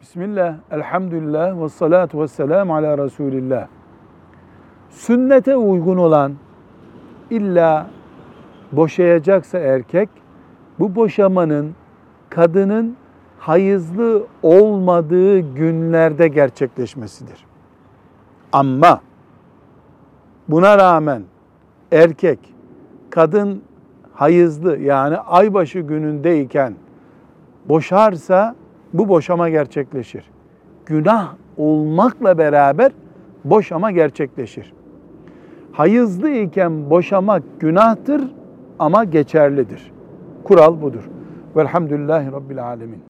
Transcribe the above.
Bismillah, elhamdülillah ve salatu ve selamu ala Resulillah. Sünnete uygun olan, illa boşayacaksa erkek, bu boşamanın kadının hayızlı olmadığı günlerde gerçekleşmesidir. Ama buna rağmen erkek, kadın hayızlı yani aybaşı günündeyken boşarsa bu boşama gerçekleşir. Günah olmakla beraber boşama gerçekleşir. Hayızlı iken boşamak günahtır ama geçerlidir. Kural budur. Velhamdülillahi Rabbil alemin.